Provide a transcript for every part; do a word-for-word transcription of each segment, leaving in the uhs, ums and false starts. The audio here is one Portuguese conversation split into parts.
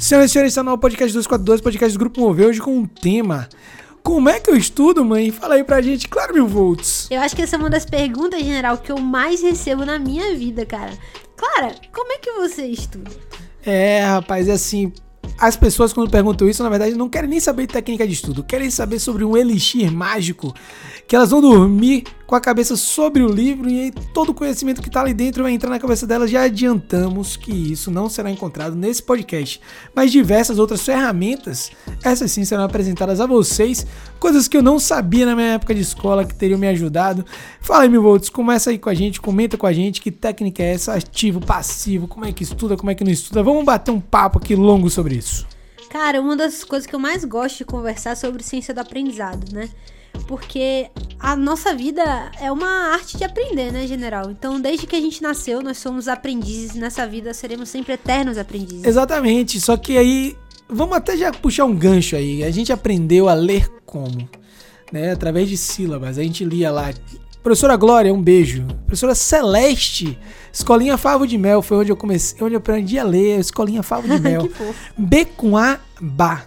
Senhoras e senhores, está no podcast duzentos e quarenta e dois, podcast do Grupo Mover, hoje com um tema. Como é que eu estudo, mãe? Fala aí pra gente, claro, mil volts. Eu acho que essa é uma das perguntas, general, que eu mais recebo na minha vida, cara. Clara, como é que você estuda? É, rapaz, é assim... As pessoas, quando perguntam isso, na verdade, não querem nem saber de técnica de estudo. Querem saber sobre um elixir mágico, que elas vão dormir com a cabeça sobre o livro e aí todo o conhecimento que está ali dentro vai entrar na cabeça delas. Já adiantamos que isso não será encontrado nesse podcast. Mas diversas outras ferramentas, essas sim serão apresentadas a vocês. Coisas que eu não sabia na minha época de escola que teriam me ajudado. Fala aí, mil volts, começa aí com a gente, comenta com a gente que técnica é essa, ativo, passivo, como é que estuda, como é que não estuda. Vamos bater um papo aqui longo sobre isso. Cara, uma das coisas que eu mais gosto de conversar é sobre ciência do aprendizado, né? Porque a nossa vida é uma arte de aprender, né, general? Então, desde que a gente nasceu, nós somos aprendizes. Nessa vida, seremos sempre eternos aprendizes. Exatamente, só que aí, vamos até já puxar um gancho aí. A gente aprendeu a ler como? Né? Através de sílabas. A gente lia lá... Professora Glória, um beijo. Professora Celeste, Escolinha Favo de Mel, foi onde eu comecei, onde eu aprendi a ler, Escolinha Favo de Mel. B com A, Bá.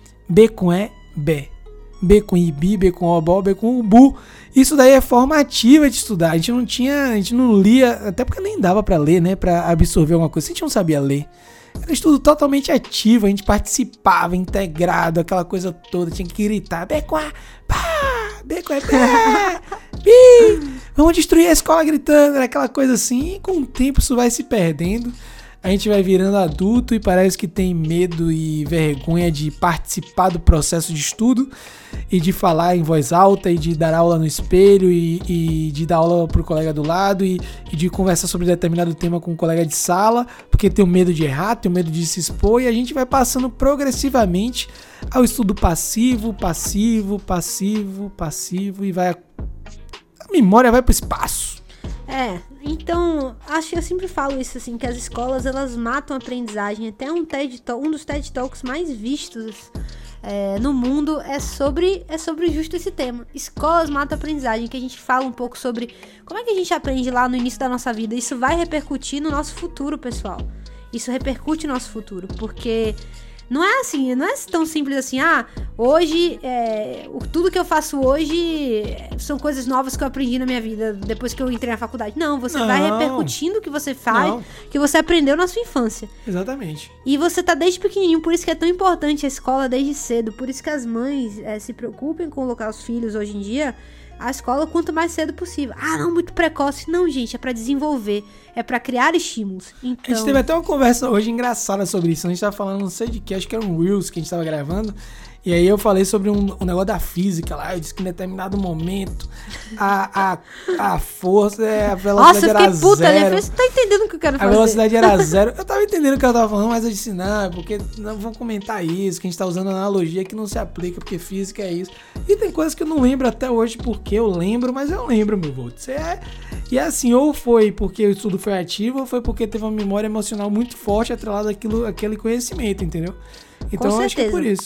B com E, Bé. B com I, Bi, B com O, Bó, B com U, Bu. Isso daí é formativa de estudar. A gente não tinha, a gente não lia, até porque nem dava pra ler, né, pra absorver alguma coisa. A gente não sabia ler. Era um estudo totalmente ativo, a gente participava, integrado, aquela coisa toda, tinha que gritar, B com A, pá, B com E, Bé, Bi, vamos destruir a escola gritando, era aquela coisa assim, e com o tempo isso vai se perdendo, a gente vai virando adulto e parece que tem medo e vergonha de participar do processo de estudo e de falar em voz alta e de dar aula no espelho e, e de dar aula pro colega do lado e, e de conversar sobre determinado tema com um colega de sala, porque tem o medo de errar, tem o medo de se expor e a gente vai passando progressivamente ao estudo passivo, passivo, passivo, passivo e vai... A memória vai pro espaço. É, então, acho que eu sempre falo isso, assim, que as escolas, elas matam a aprendizagem. Até um TED Talk, um dos TED Talks mais vistos é, no mundo é sobre, é sobre justo esse tema. Escolas matam a aprendizagem, que a gente fala um pouco sobre como é que a gente aprende lá no início da nossa vida. Isso vai repercutir no nosso futuro, pessoal. Isso repercute no nosso futuro, porque... Não é assim, não é tão simples assim, ah, hoje, é, tudo que eu faço hoje são coisas novas que eu aprendi na minha vida, depois que eu entrei na faculdade. Não, você não. vai repercutindo o que você faz, não. que você aprendeu na sua infância. Exatamente. E você tá desde pequenininho, por isso que é tão importante a escola desde cedo, por isso que as mães é, se preocupem em colocar os filhos hoje em dia a escola o quanto mais cedo possível. Ah, não, muito precoce. Não, gente, é pra desenvolver. É pra criar estímulos. Então... A gente teve até uma conversa hoje engraçada sobre isso. A gente tava falando, não sei de que, acho que era um Reels que a gente tava gravando. E aí eu falei sobre um, um negócio da física lá. Eu disse que em determinado momento a, a, a força, é, a velocidade era zero. Nossa, eu fiquei puta, né? Você tá entendendo o que eu quero a fazer. A velocidade era zero. Eu tava entendendo o que ela tava falando, mas eu disse, não, porque não vão comentar isso, que a gente tá usando analogia que não se aplica, porque física é isso. E tem coisas que eu não lembro até hoje porque eu lembro, mas eu lembro, meu voto. É, e é assim, ou foi porque o estudo foi ativo, ou foi porque teve uma memória emocional muito forte atrelada àquilo, àquele conhecimento, entendeu? Então eu acho que é por isso.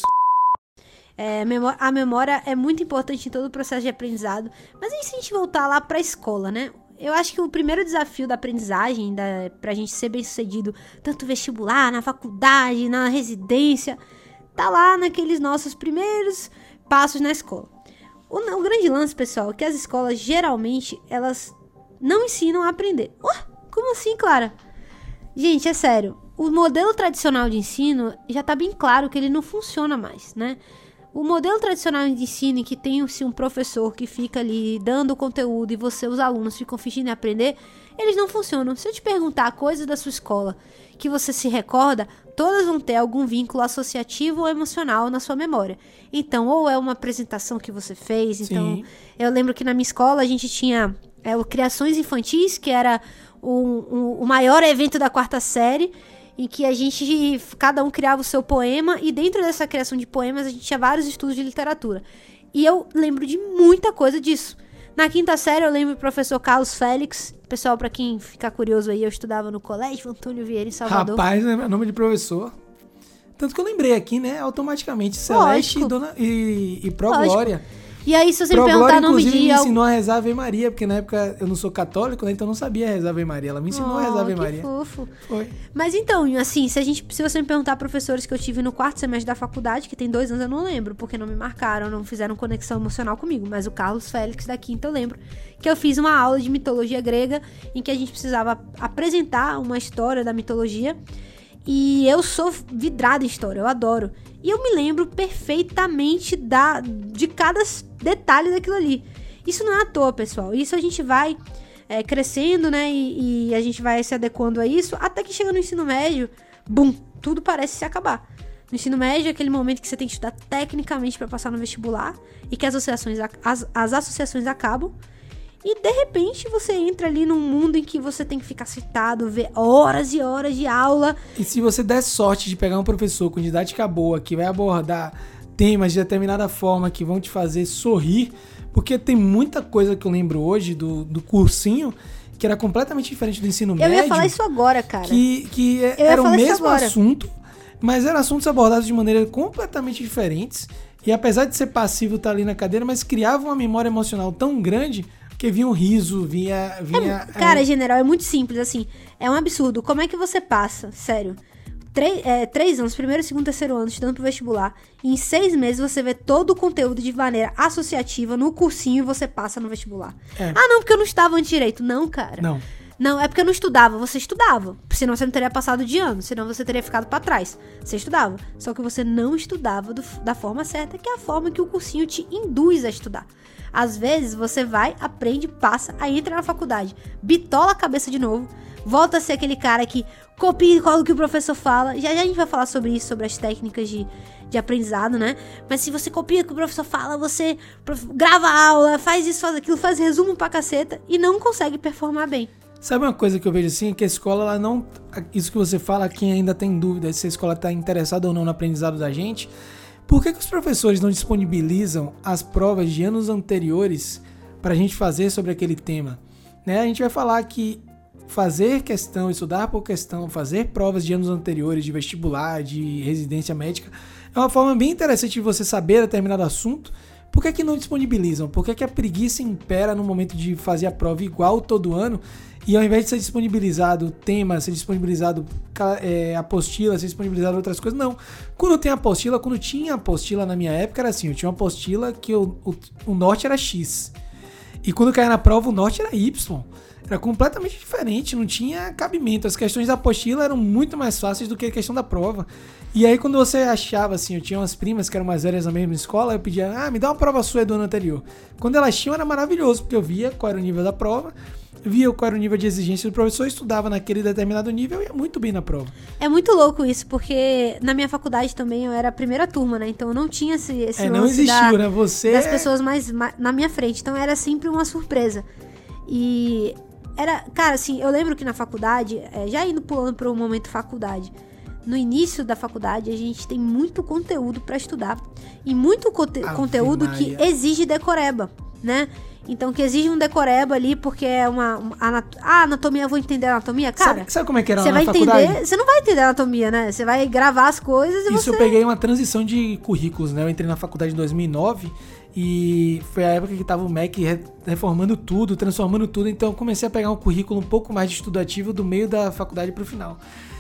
É, a memória é muito importante em todo o processo de aprendizado. Mas aí se a gente voltar lá pra escola, né? Eu acho que o primeiro desafio da aprendizagem, da, pra gente ser bem sucedido, tanto vestibular, na faculdade, na residência, tá lá naqueles nossos primeiros passos na escola. O, o grande lance, pessoal, é que as escolas geralmente, elas não ensinam a aprender. Ué, como assim, Clara? Gente, é sério. O modelo tradicional de ensino já tá bem claro que ele não funciona mais, né? O modelo tradicional de ensino em que tem assim, um professor que fica ali dando o conteúdo e você, os alunos, ficam fingindo aprender, eles não funcionam. Se eu te perguntar coisas da sua escola que você se recorda, todas vão ter algum vínculo associativo ou emocional na sua memória. Então, ou é uma apresentação que você fez. Então, Sim. eu lembro que na minha escola a gente tinha é, o Criações Infantis, que era o, o, o maior evento da quarta série, em que a gente, cada um criava o seu poema, e dentro dessa criação de poemas a gente tinha vários estudos de literatura. E eu lembro de muita coisa disso. Na quinta série eu lembro do professor Carlos Félix. Pessoal, pra quem ficar curioso aí, eu estudava no Colégio Antônio Vieira, em Salvador. Rapaz, né? Nome de professor. Tanto que eu lembrei aqui, né? Automaticamente, Celeste e, Dona, e, e Pro Glória. E aí, se você me Pro perguntar Glória, nome inclusive, de... me al- ensinou a rezar a Ave Maria, porque na época eu não sou católico, né? Então eu não sabia rezar a Ave Maria. Ela me ensinou Oh, a rezar a Ave que Maria. fofo. Foi. Mas então, assim, se, a gente, se você me perguntar professores que eu tive no quarto semestre da faculdade, que tem dois anos, eu não lembro, porque não me marcaram, não fizeram conexão emocional comigo. Mas o Carlos Félix da quinta eu lembro que eu fiz uma aula de mitologia grega em que a gente precisava apresentar uma história da mitologia. E eu sou vidrada em história, eu adoro. E eu me lembro perfeitamente da, de cada detalhe daquilo ali. Isso não é à toa, pessoal. Isso a gente vai é, crescendo, né? E, e a gente vai se adequando a isso. Até que chega no ensino médio, bum, tudo parece se acabar. No ensino médio é aquele momento que você tem que estudar tecnicamente para passar no vestibular. E que as associações, as, as associações acabam. E de repente você entra ali num mundo em que você tem que ficar citado, ver horas e horas de aula. E se você der sorte de pegar um professor com didática boa, que vai abordar temas de determinada forma que vão te fazer sorrir, porque tem muita coisa que eu lembro hoje do, do cursinho que era completamente diferente do ensino Eu médio. ia falar isso agora, cara. Que, que ia era o falar isso mesmo agora. assunto, mas eram assuntos abordados de maneira completamente diferentes. E apesar de ser passivo estar ali na cadeira, mas criava uma memória emocional tão grande que vinha um riso, vinha... vinha É, cara, é, general, é muito simples, assim. É um absurdo. Como é que você passa, sério, três, é, três anos, primeiro, segundo, terceiro ano, estudando pro vestibular, e em seis meses você vê todo o conteúdo de maneira associativa no cursinho e você passa no vestibular. É. Ah, não, porque eu não estava antes direito. Não, cara. Não. Não, é porque eu não estudava. Você estudava. Senão você não teria passado de ano. Senão você teria ficado pra trás. Você estudava. Só que você não estudava do, da forma certa, que é a forma que o cursinho te induz a estudar. Às vezes você vai, aprende, passa, aí entra na faculdade, bitola a cabeça de novo, volta a ser aquele cara que copia e cola o que o professor fala. Já já a gente vai falar sobre isso, sobre as técnicas de, de aprendizado, né? Mas se você copia o que o professor fala, você prof, grava a aula, faz isso, faz aquilo, faz resumo pra caceta e não consegue performar bem. Sabe uma coisa que eu vejo assim? Que a escola, ela não... Isso que você fala, quem ainda tem dúvida se a escola está interessada ou não no aprendizado da gente... Por que que os professores não disponibilizam as provas de anos anteriores para a gente fazer sobre aquele tema? Né? A gente vai falar que fazer questão, estudar por questão, fazer provas de anos anteriores, de vestibular, de residência médica, é uma forma bem interessante de você saber determinado assunto. Por que que não disponibilizam? Por que que a preguiça impera no momento de fazer a prova igual todo ano? E ao invés de ser disponibilizado tema, ser disponibilizado é, apostila, ser disponibilizado outras coisas, não. Quando tem apostila, quando tinha apostila na minha época, era assim, eu tinha uma apostila que o, o, o norte era X. E quando caía na prova, o norte era Y. Era completamente diferente, não tinha cabimento. As questões da apostila eram muito mais fáceis do que a questão da prova. E aí quando você achava, assim, eu tinha umas primas que eram mais velhas na mesma escola, eu pedia, ah, me dá uma prova sua do ano anterior. Quando elas tinham, era maravilhoso, porque eu via qual era o nível da prova, via qual era o nível de exigência do professor, estudava naquele determinado nível e ia muito bem na prova. É muito louco isso, porque na minha faculdade também eu era a primeira turma, né? Então eu não tinha esse, esse É, lance não existiu, da, né? Você... das pessoas mais, mais na minha frente. Então era sempre uma surpresa. E era, cara, assim, eu lembro que na faculdade, é, já indo pulando para o momento faculdade, no início da faculdade a gente tem muito conteúdo para estudar e muito conte- Ave conteúdo Maria. que exige decoreba, né? Então, que exige um decoreba ali, porque é uma... uma anat- ah, anatomia, eu vou entender a anatomia? Cara, sabe, sabe como é que era você lá na vai faculdade? entender... Você não vai entender a anatomia, né? Você vai gravar as coisas e Isso você... eu peguei uma transição de currículos, né? Eu entrei na faculdade em dois mil e nove e foi a época que tava o M E C re- reformando tudo, transformando tudo. Então eu comecei a pegar um currículo um pouco mais de estudativo do meio da faculdade pro final.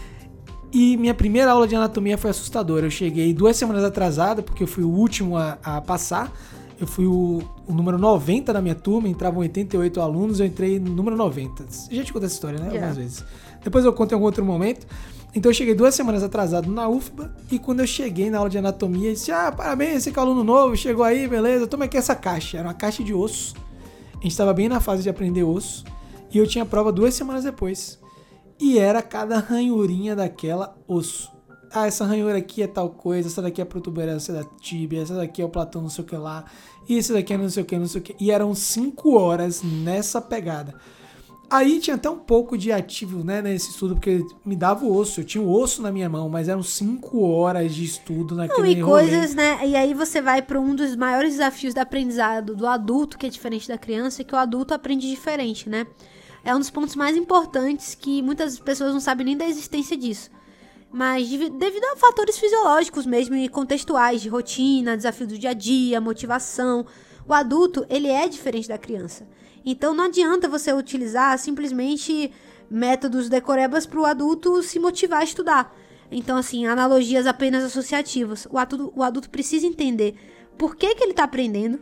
E minha primeira aula de anatomia foi assustadora. Eu cheguei duas semanas atrasada, porque eu fui o último a, a passar. Eu fui o, o número noventa da minha turma, entravam oitenta e oito alunos, eu entrei no número noventa. Eu já te contei essa história, né? Yeah. Algumas vezes. Depois eu conto em algum outro momento. Então eu cheguei duas semanas atrasado na U F B A, e quando eu cheguei na aula de anatomia, eu disse, ah, parabéns, você que é aluno novo, chegou aí, beleza, toma aqui essa caixa. Era uma caixa de osso. A gente estava bem na fase de aprender osso, e eu tinha prova duas semanas depois. E era cada ranhurinha daquela osso. Ah, essa ranhura aqui é tal coisa, essa daqui é a protuberância da tíbia, essa daqui é o platão não sei o que lá, e esse daqui é não sei o que, não sei o que. E eram cinco horas nessa pegada. Aí tinha até um pouco de ativo, né, nesse estudo, porque me dava o osso, eu tinha o osso na minha mão, mas eram cinco horas de estudo naquele Não, e rolê. coisas, né? E aí você vai para um dos maiores desafios do aprendizado do adulto, que é diferente da criança, é que o adulto aprende diferente, né? É um dos pontos mais importantes que muitas pessoas não sabem nem da existência disso. Mas devido a fatores fisiológicos mesmo e contextuais, de rotina, desafio do dia a dia, motivação, O adulto, ele é diferente da criança. Então não adianta você utilizar simplesmente métodos decorebas para o adulto se motivar a estudar. Então, assim, analogias apenas associativas. O adulto, o adulto precisa entender por que, que ele está aprendendo.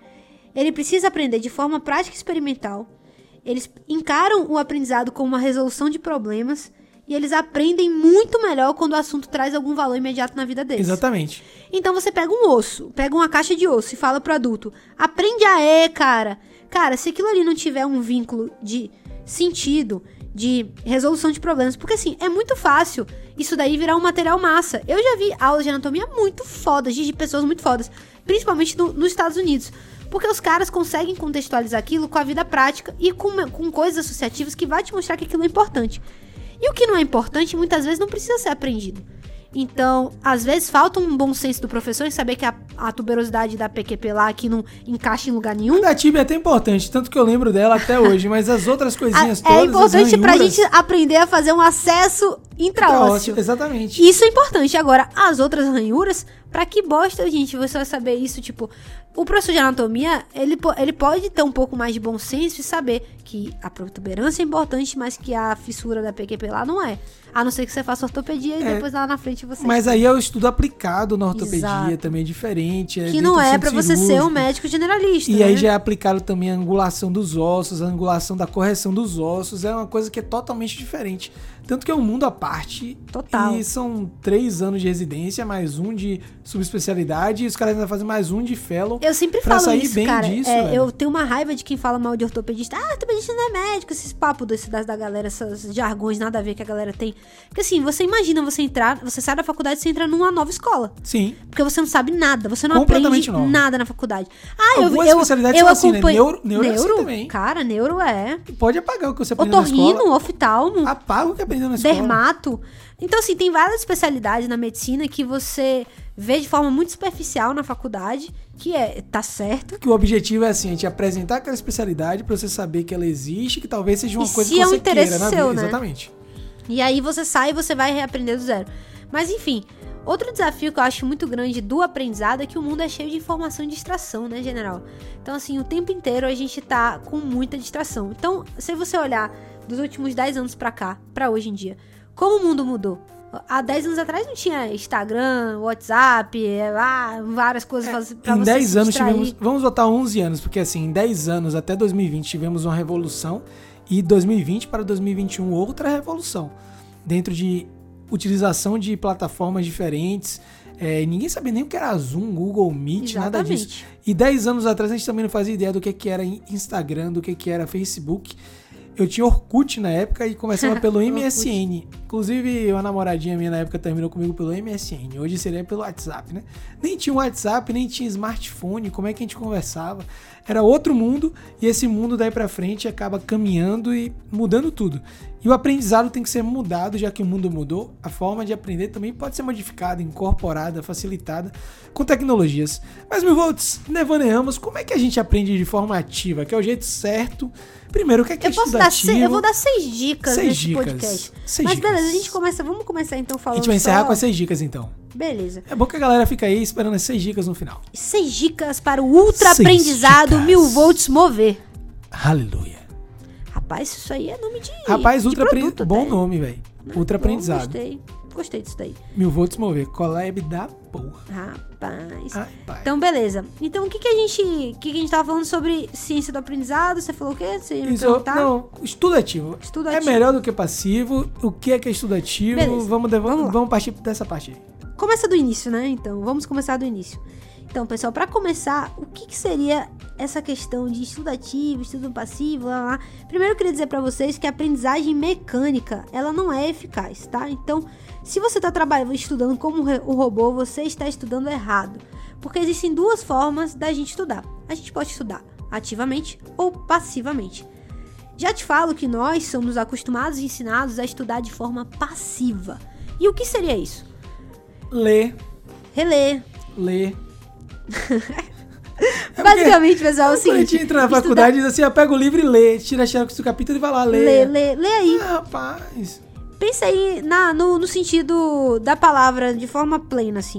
Ele precisa aprender de forma prática e experimental. Eles encaram o aprendizado como uma resolução de problemas. E eles aprendem muito melhor quando o assunto traz algum valor imediato na vida deles. Exatamente. Então você pega um osso, pega uma caixa de osso e fala pro adulto, aprende aí, cara. Cara, se aquilo ali não tiver um vínculo de sentido, de resolução de problemas, porque assim, é muito fácil isso daí virar um material massa. Eu já vi aulas de anatomia muito fodas, de pessoas muito fodas, principalmente no, nos Estados Unidos. Porque os caras conseguem contextualizar aquilo com a vida prática e com, com coisas associativas que vai te mostrar que aquilo é importante. E o que não é importante, muitas vezes, não precisa ser aprendido. Então, às vezes, falta um bom senso do professor em saber que a, a tuberosidade da P Q P lá aqui não encaixa em lugar nenhum. A da tíbia é até importante, tanto que eu lembro dela até hoje, mas as outras coisinhas a, todas... É importante pra ranhuras, gente aprender a fazer um acesso intraósseo. Exatamente. Isso é importante. Agora, as outras ranhuras, pra que bosta, gente, você vai saber isso, tipo... O professor de anatomia, ele, ele pode ter um pouco mais de bom senso e saber que a protuberância é importante, mas que a fissura da P Q P lá não é. A não ser que você faça ortopedia e é, depois lá na frente você... Mas aí é o estudo aplicado na ortopedia, Exato. Também é diferente. É que não é pra você cirúrgico. ser um médico generalista, E né? aí já é aplicado também a angulação dos ossos, a angulação da correção dos ossos. É uma coisa que é totalmente diferente. Tanto que é um mundo à parte. Total. E são três anos de residência, mais um de subespecialidade. E os caras ainda fazem mais um de fellow. Eu sempre pra falo sair isso, bem cara. disso, é, velho. eu tenho uma raiva de quem fala mal de ortopedista. Ah, ortopedista não é médico. Esses papos desse, das, da galera, esses jargões nada a ver que a galera tem. Porque assim, você imagina você entrar, você sai da faculdade e você entra numa nova escola. Sim. Porque você não sabe nada, você não Completamente aprende novo. nada na faculdade. Ah, eu, Algumas eu, especialidades eu são assim, né? acompanho... Neuro- neuro é assim também. Cara, neuro é. Pode apagar o que você aprendeu na escola. Otorrino, oftalmo. Apaga o que aprendeu na escola. Dermato. Então, assim, tem várias especialidades na medicina que você vê de forma muito superficial na faculdade, que é, tá certo. Que o objetivo é assim, a gente apresentar aquela especialidade pra você saber que ela existe, que talvez seja uma E coisa se que é um você interesse queira na seu, vida. né? Exatamente. E aí você sai e você vai reaprender do zero. Mas, enfim, outro desafio que eu acho muito grande do aprendizado é que o mundo é cheio de informação e distração, né, general? Então, assim, o tempo inteiro a gente tá com muita distração. Então, se você olhar dos últimos dez anos pra cá, pra hoje em dia, como o mundo mudou? Há dez anos atrás não tinha Instagram, WhatsApp, ah, várias coisas é, pra em você dez se anos distrair. tivemos, vamos botar onze anos, porque assim, em dez anos até dois mil e vinte tivemos uma revolução e dois mil e vinte para dois mil e vinte e um outra revolução. Dentro de utilização de plataformas diferentes, é, ninguém sabia nem o que era Zoom, Google Meet, Exatamente. Nada disso. E dez anos atrás a gente também não fazia ideia do que, que era Instagram, do que, que era Facebook. Eu tinha Orkut na época e começava pelo M S N. Inclusive, uma namoradinha minha na época terminou comigo pelo M S N. Hoje seria pelo WhatsApp, né? Nem tinha WhatsApp, nem tinha smartphone. Como é que a gente conversava? Era outro mundo e esse mundo daí pra frente acaba caminhando e mudando tudo. E o aprendizado tem que ser mudado, já que o mundo mudou. A forma de aprender também pode ser modificada, incorporada, facilitada com tecnologias. Mas, mil volts, devaneamos, como é que a gente aprende de forma ativa? Que é o jeito certo. Primeiro, o que é que eu é posso dar estudativo? seis, Eu vou dar seis dicas seis nesse dicas. podcast. Seis Mas dicas. beleza, a gente começa, vamos começar então falando A gente vai encerrar só... com as seis dicas, então. Beleza. É bom que a galera fica aí esperando as seis dicas no final. Seis dicas para o ultra aprendizado dicas. mil volts mover. Aleluia. Rapaz, isso aí é nome de Rapaz, de ultra produto, Bom até. nome, velho. Né? Ultra Bom, aprendizado. Gostei. Gostei disso daí. Mil volts mover. Collab da porra. Rapaz. Ai, pai. Então, beleza. Então, o que que a gente... O que que a gente tava falando sobre ciência do aprendizado? Você falou o quê? Você ia me Isso, perguntar? não, estudativo. Estudativo. É melhor do que passivo. O que é que é estudativo? Beleza, Vamos, de- vamos lá. vamos partir dessa parte aí. Começa do início, né? Então, vamos começar do início. Então, pessoal, para começar, o que, que seria essa questão de estudo ativo, estudo passivo, lá, lá? Primeiro, eu queria dizer para vocês que a aprendizagem mecânica, ela não é eficaz, tá? Então, se você está trabalhando, estudando como o robô, você está estudando errado. Porque existem duas formas da gente estudar. A gente pode estudar ativamente ou passivamente. Já te falo que nós somos acostumados e ensinados a estudar de forma passiva. E o que seria isso? Ler, Reler. ler. É Basicamente, pessoal, é o Quando a gente seguinte... entra na estudar- faculdade, diz assim, ah, pega o livro e lê. Tira a xerox do capítulo e vai lá Lê, ler. lê, lê aí. Ah, rapaz. Pensa aí na, no, no sentido da palavra de forma plena, assim.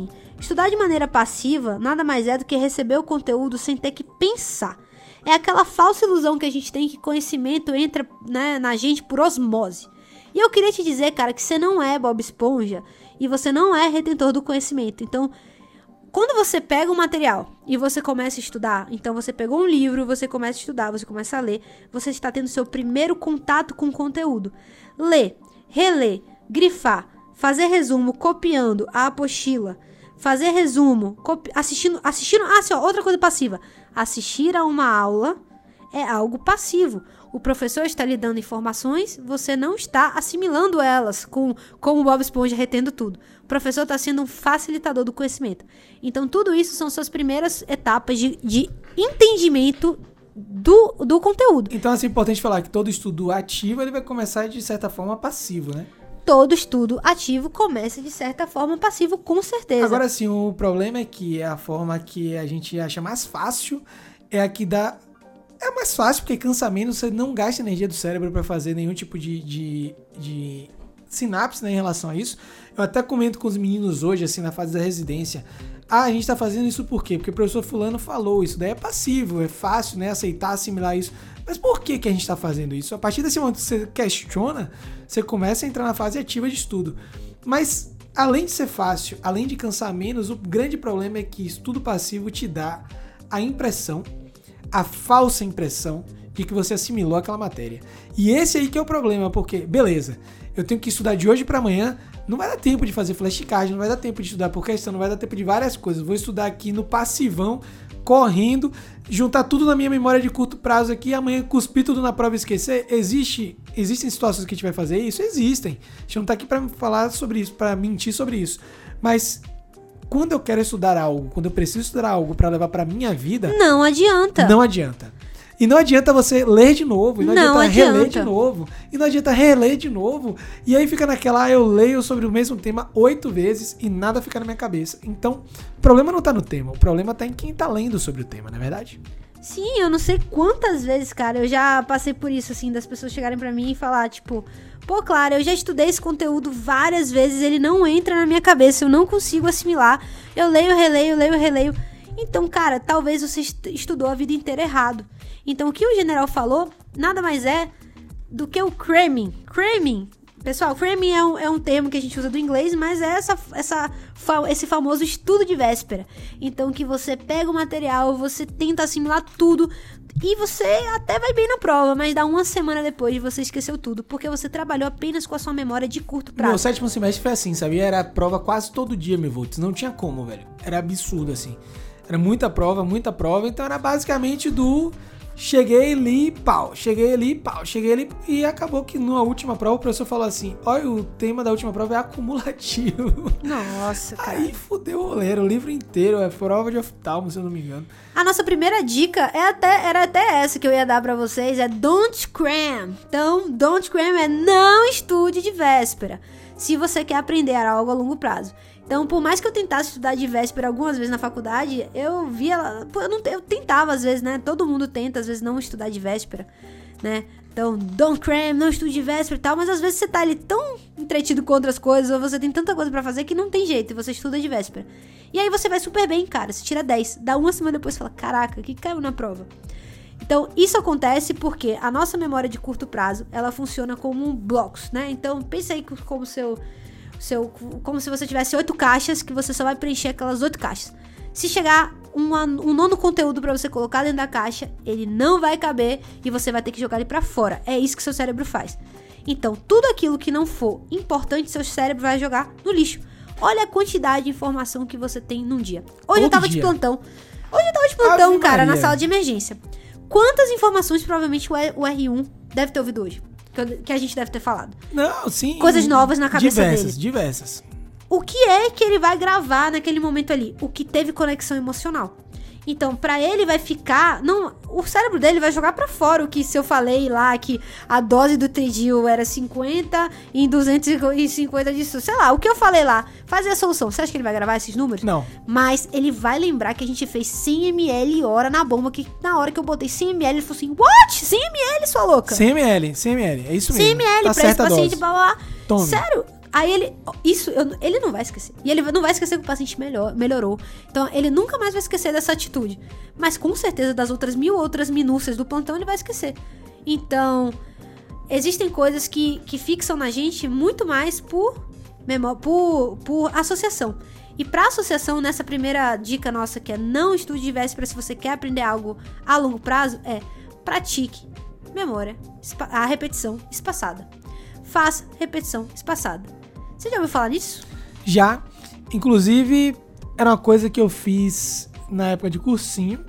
Estudar de maneira passiva nada mais é do que receber o conteúdo sem ter que pensar. É aquela falsa ilusão que a gente tem que conhecimento entra, né, na gente por osmose. E eu queria te dizer, cara, que você não é Bob Esponja e você não é retentor do conhecimento. Então, quando você pega um material e você começa a estudar, então você pegou um livro, você começa a estudar, você começa a ler, você está tendo seu primeiro contato com o conteúdo. Ler, reler, grifar, fazer resumo copiando a apostila, fazer resumo, copi- assistindo, assistindo, ah, sim, ó, outra coisa passiva, assistir a uma aula é algo passivo. O professor está lhe dando informações, você não está assimilando elas, com, como o Bob Esponja retendo tudo. O professor está sendo um facilitador do conhecimento. Então, tudo isso são suas primeiras etapas de, de entendimento do, do conteúdo. Então, assim, é importante falar que todo estudo ativo, ele vai começar de certa forma passivo, né? Todo estudo ativo começa de certa forma passivo, com certeza. Agora, sim, o problema é que a forma que a gente acha mais fácil é a que dá... É mais fácil porque cansa menos, você não gasta energia do cérebro para fazer nenhum tipo de, de, de sinapse, né, em relação a isso. Eu até comento com os meninos hoje, assim, na fase da residência. Ah, a gente tá fazendo isso por quê? Porque o professor fulano falou, isso daí é passivo, é fácil, né, aceitar, assimilar isso. Mas por que que a gente tá fazendo isso? A partir desse momento que você questiona, você começa a entrar na fase ativa de estudo. Mas, além de ser fácil, além de cansar menos, o grande problema é que estudo passivo te dá a impressão, a falsa impressão de que você assimilou aquela matéria. E esse aí que é o problema, porque, beleza, eu tenho que estudar de hoje para amanhã, não vai dar tempo de fazer flashcard, não vai dar tempo de estudar por questão, não vai dar tempo de várias coisas. Vou estudar aqui no passivão, correndo, juntar tudo na minha memória de curto prazo aqui e amanhã cuspir tudo na prova e esquecer. Existe, existem situações que a gente vai fazer isso? Existem. A gente não tá aqui para falar sobre isso, para mentir sobre isso. Mas... quando eu quero estudar algo, quando eu preciso estudar algo para levar para minha vida... Não adianta. Não adianta. E não adianta você ler de novo, e não, não adianta, adianta reler de novo, e não adianta reler de novo, e aí fica naquela, ah, eu leio sobre o mesmo tema oito vezes e nada fica na minha cabeça. Então, o problema não tá no tema, o problema tá em quem tá lendo sobre o tema, não é verdade? Sim, eu não sei quantas vezes, cara, eu já passei por isso, assim, das pessoas chegarem pra mim e falar, tipo... Pô, claro, eu já estudei esse conteúdo várias vezes, ele não entra na minha cabeça, eu não consigo assimilar. Eu leio, releio, leio, releio. Então, cara, talvez você estudou a vida inteira errado. Então, o que o general falou, nada mais é do que o cramming. Cramming, pessoal, cramming é um, é um termo que a gente usa do inglês, mas é essa, essa, esse famoso estudo de véspera. Então, que você pega o material, você tenta assimilar tudo... E você até vai bem na prova, mas dá uma semana depois você esqueceu tudo, porque você trabalhou apenas com a sua memória de curto prazo. Meu sétimo semestre foi assim, sabia? Era prova quase todo dia, meu volts. Não tinha como, velho. Era absurdo, assim. Era muita prova, muita prova. Então era basicamente do... cheguei ali, pau. Cheguei ali, pau. Cheguei ali e acabou que na última prova o professor falou assim, olha, o tema da última prova é acumulativo. Nossa, cara. Aí fudeu o rolê, era o livro inteiro, é prova de oftalmo, se eu não me engano. A nossa primeira dica é até, era até essa que eu ia dar pra vocês, é don't cram. Então, don't cram é não estude de véspera, se você quer aprender algo a longo prazo. Então, por mais que eu tentasse estudar de véspera algumas vezes na faculdade, eu via, eu, não, eu tentava às vezes, né? Todo mundo tenta às vezes não estudar de véspera, né? Então, don't cram, não estude de véspera e tal, mas às vezes você tá ali tão entretido com outras coisas, ou você tem tanta coisa pra fazer que não tem jeito, e você estuda de véspera. E aí você vai super bem, cara, você tira dez, dá uma semana depois e fala, caraca, o que caiu na prova? Então, isso acontece porque a nossa memória de curto prazo, ela funciona como um blocos, né? Então, pensa aí como seu, seu, como se você tivesse oito caixas, que você só vai preencher aquelas oito caixas. Se chegar uma, um nono conteúdo pra você colocar dentro da caixa, ele não vai caber e você vai ter que jogar ele pra fora. É isso que seu cérebro faz. Então, tudo aquilo que não for importante, seu cérebro vai jogar no lixo. Olha a quantidade de informação que você tem num dia. Hoje Todo eu tava dia. de plantão. Hoje eu tava de plantão, Ave cara, Maria. na sala de emergência. Quantas informações provavelmente o R um deve ter ouvido hoje? Que a gente deve ter falado. Não, sim. Coisas novas na cabeça diversas, dele. Diversas, diversas. O que é que ele vai gravar naquele momento ali? O que teve conexão emocional. Então, pra ele vai ficar... Não, o cérebro dele vai jogar pra fora o que se eu falei lá que a dose do Tridil era cinquenta e duzentos e cinquenta disso. Sei lá, o que eu falei lá. Fazer a solução. Você acha que ele vai gravar esses números? Não. Mas ele vai lembrar que a gente fez cem mililitros hora na bomba, que na hora que eu botei cem mililitros, ele falou assim, what? cem mililitros, sua louca? cem mililitros, cem mililitros. É isso mesmo. cem mililitros tá pra esse certa paciente, dose. blá, blá, blá. Tome. Sério? Aí ele, isso, eu, ele não vai esquecer. E ele não vai esquecer que o paciente melhor, melhorou. Então, ele nunca mais vai esquecer dessa atitude. Mas, com certeza, das outras mil outras minúcias do plantão, ele vai esquecer. Então, existem coisas que, que fixam na gente muito mais por, memó- por, por associação. E pra associação, nessa primeira dica nossa, que é não estude de véspera se você quer aprender algo a longo prazo, é pratique memória, a repetição espaçada. Faça repetição espaçada. Você já ouviu falar nisso? Já. Inclusive, era uma coisa que eu fiz na época de cursinho.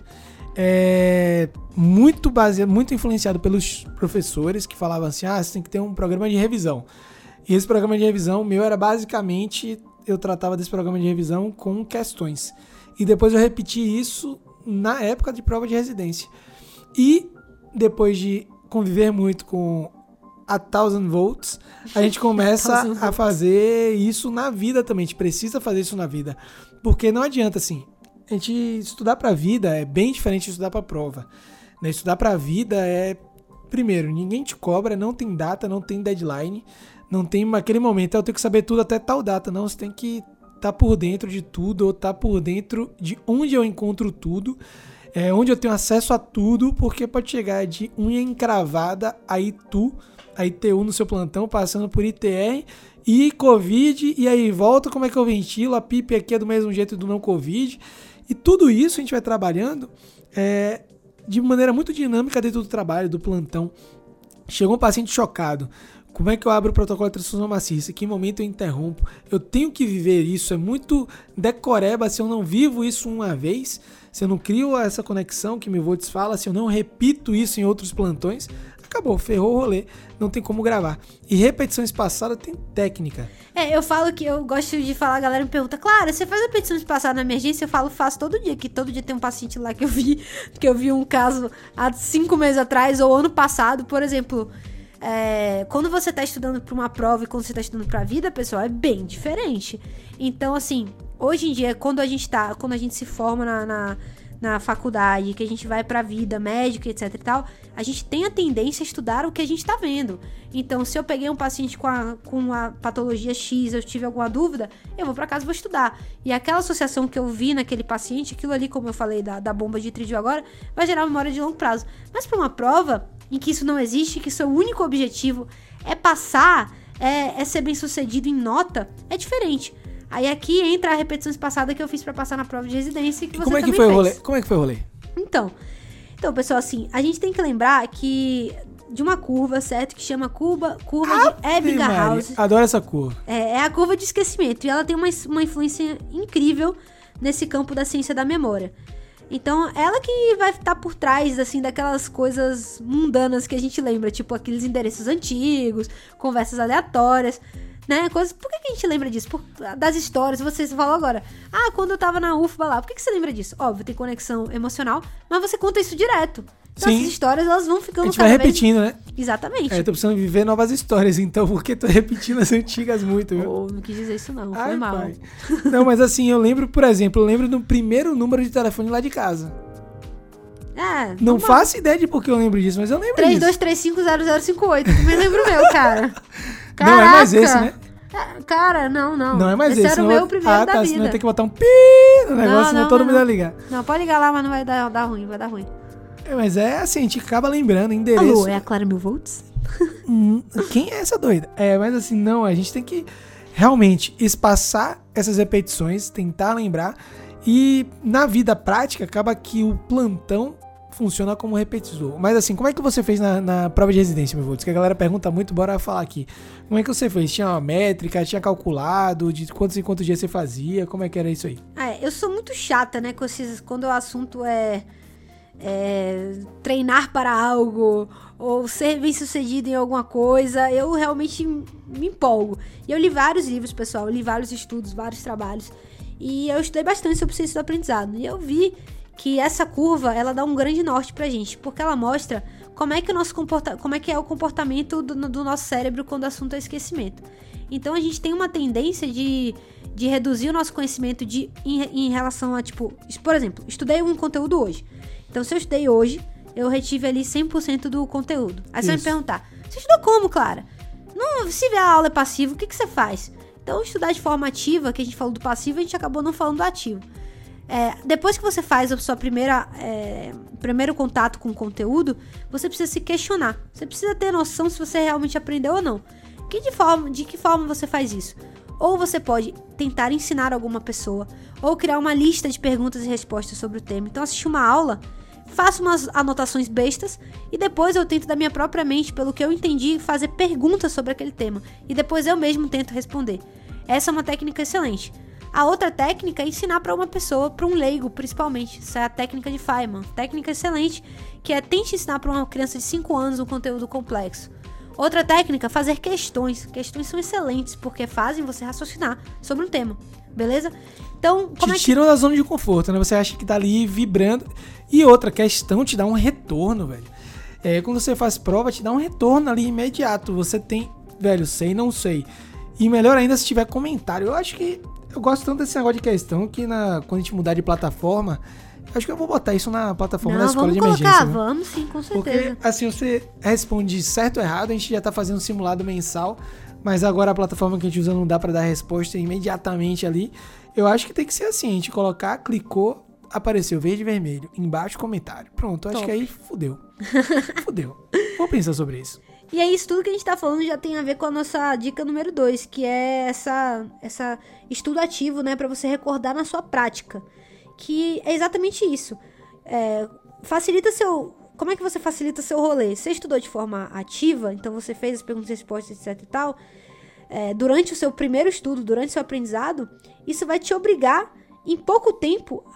É, muito baseado, muito influenciado pelos professores que falavam assim, ah, você tem que ter um programa de revisão. E esse programa de revisão meu era basicamente, eu tratava desse programa de revisão com questões. E depois eu repeti isso na época de prova de residência. E depois de conviver muito com a Thousand Volts, a gente começa a fazer isso na vida também. A gente precisa fazer isso na vida. Porque não adianta, assim, a gente estudar pra vida é bem diferente de estudar pra prova. Né? Estudar pra vida é, primeiro, ninguém te cobra, não tem data, não tem deadline, não tem aquele momento, eu tenho que saber tudo até tal data. Não, você tem que estar por dentro de tudo, ou estar por dentro de onde eu encontro tudo. É, onde eu tenho acesso a tudo, porque pode chegar de unha encravada a Itu, a I T U no seu plantão, passando por I T R e Covid, e aí volta, como é que eu ventilo, a P I P aqui é do mesmo jeito do não Covid, e tudo isso a gente vai trabalhando é, de maneira muito dinâmica dentro do trabalho, do plantão. Chegou um paciente chocado, como é que eu abro o protocolo de transfusão maciça? Que momento eu interrompo? Eu tenho que viver isso, é muito decoreba se eu não vivo isso uma vez, se eu não crio essa conexão que Mivoltz fala, se eu não repito isso em outros plantões, acabou, ferrou o rolê, não tem como gravar. E repetição espaçada tem técnica. É, eu falo que eu gosto de falar, a galera me pergunta, Clara, você faz repetição espaçada na emergência? Eu falo, faço todo dia, que todo dia tem um paciente lá que eu vi, que eu vi um caso há cinco meses atrás ou ano passado, por exemplo. É, quando você tá estudando pra uma prova e quando você tá estudando pra vida, pessoal, é bem diferente. Então, assim, hoje em dia, quando a gente tá, quando a gente se forma na, na, na faculdade, que a gente vai pra vida médica, etc e tal, a gente tem a tendência a estudar o que a gente tá vendo. Então, se eu peguei um paciente com a, com a patologia X, eu tive alguma dúvida, eu vou pra casa e vou estudar. E aquela associação que eu vi naquele paciente, aquilo ali, como eu falei, da, da bomba de trídio agora, vai gerar memória de longo prazo. Mas pra uma prova em que isso não existe, que seu único objetivo é passar, é, é ser bem sucedido em nota, é diferente. Aí aqui entra a repetição espaçada que eu fiz pra passar na prova de residência, que você como é que também foi fez. O rolê? Como é que foi o rolê? Então, então, pessoal, assim, a gente tem que lembrar que de uma curva, certo? Que chama curva, curva de Ebbinghaus. Adoro essa curva. É, é a curva de esquecimento. E ela tem uma, uma influência incrível nesse campo da ciência da memória. Então, ela que vai estar por trás, assim, daquelas coisas mundanas que a gente lembra, tipo aqueles endereços antigos, conversas aleatórias, né? Coisas, por que, que a gente lembra disso? Por, das histórias, você falou agora, ah, quando eu tava na U F B A lá, por que, que você lembra disso? Óbvio, tem conexão emocional, mas você conta isso direto. Então, Sim. essas histórias, elas vão ficando a gente vai repetindo, vez... né? Exatamente. É, eu tô precisando viver novas histórias, então, porque tô repetindo as antigas muito, viu? Oh, não quis dizer isso não, Ai, foi mal. Pai. Não, mas assim, eu lembro, por exemplo, eu lembro do primeiro número de telefone lá de casa. É, Não vamos faço ideia de por que eu lembro disso, mas eu lembro três disso. dois três cinco zero zero cinco oito, também lembro o meu, cara. Caraca. Não é mais esse, né? Cara, não, não. Não é mais esse. esse. Esse era o senão- meu primeiro ah, da tá, vida. senão tem que botar um pi no negócio, Não, senão não, todo não, mundo vai ligar. Não, pode ligar lá, mas não vai dar, dar ruim, vai dar ruim. É, mas é assim, a gente acaba lembrando, endereço. Alô, é a Clara Mil Volts? Hum, quem é essa doida? É, mas assim, não, a gente tem que realmente espaçar essas repetições, tentar lembrar. E na vida prática, acaba que o plantão funciona como repetidor. Mas assim, como é que você fez na, na prova de residência, meu Volts? Que a galera pergunta muito, bora falar aqui. Como é que você fez? Tinha uma métrica, tinha calculado, de quantos e quantos dias você fazia? Como é que era isso aí? Ah, é, eu sou muito chata, né, com esses, quando o assunto é, é treinar para algo ou ser bem sucedido em alguma coisa, eu realmente me empolgo. E eu li vários livros, pessoal, eu li vários estudos, vários trabalhos, e eu estudei bastante sobre ciência do aprendizado, e eu vi que essa curva, ela dá um grande norte pra gente, porque ela mostra como é que o nosso comporta- como é que é o comportamento do, do nosso cérebro quando o assunto é esquecimento. Então a gente tem uma tendência de, de reduzir o nosso conhecimento de, em, em relação a, tipo, por exemplo, estudei um conteúdo hoje. Então se eu estudei hoje, eu retive ali cem por cento do conteúdo. Aí você vai me Isso. perguntar, você estudou como, Clara? Não Não, se a aula é passiva, o que, que você faz? Então, estudar de forma ativa, que a gente falou do passivo, a gente acabou não falando do ativo. É, depois que você faz a sua primeira é, primeiro contato com o conteúdo, você precisa se questionar. Você precisa ter noção se você realmente aprendeu ou não. Que de, forma, de que forma você faz isso? Ou você pode tentar ensinar alguma pessoa, ou criar uma lista de perguntas e respostas sobre o tema. Então, assistir uma aula, faço umas anotações bestas e depois eu tento da minha própria mente, pelo que eu entendi, fazer perguntas sobre aquele tema. E depois eu mesmo tento responder. Essa é uma técnica excelente. A outra técnica é ensinar para uma pessoa, para um leigo principalmente. Essa é a técnica de Feynman. Técnica excelente, que é tente ensinar para uma criança de cinco anos um conteúdo complexo. Outra técnica, fazer questões. Questões são excelentes, porque fazem você raciocinar sobre um tema. Beleza? Então, como te é que... tiram da zona de conforto, né? Você acha que tá ali vibrando. E outra questão te dá um retorno, velho. É, quando você faz prova, te dá um retorno ali imediato. Você tem, velho, sei, não sei. E melhor ainda se tiver comentário. Eu acho que eu gosto tanto desse negócio de questão que na, quando a gente mudar de plataforma, acho que eu vou botar isso na plataforma Não, da escola de vamos emergência. colocar, Né? vamos sim, com certeza. Porque assim, você responde certo ou errado, a gente já tá fazendo um simulado mensal, mas agora a plataforma que a gente usa não dá pra dar resposta imediatamente ali. Eu acho que tem que ser assim, a gente colocar, clicou, apareceu verde e vermelho, embaixo comentário. Pronto, eu acho Top. que aí fudeu. Fudeu. Vou pensar sobre isso. E aí, isso tudo que a gente tá falando já tem a ver com a nossa dica número dois, que é essa, essa estudo ativo, né, pra você recordar na sua prática. Que é exatamente isso. É, facilita seu... Como é que você facilita seu rolê? Você estudou de forma ativa, então você fez as perguntas e respostas, etc e tal. É, durante o seu primeiro estudo, durante o seu aprendizado, isso vai te obrigar, em pouco tempo,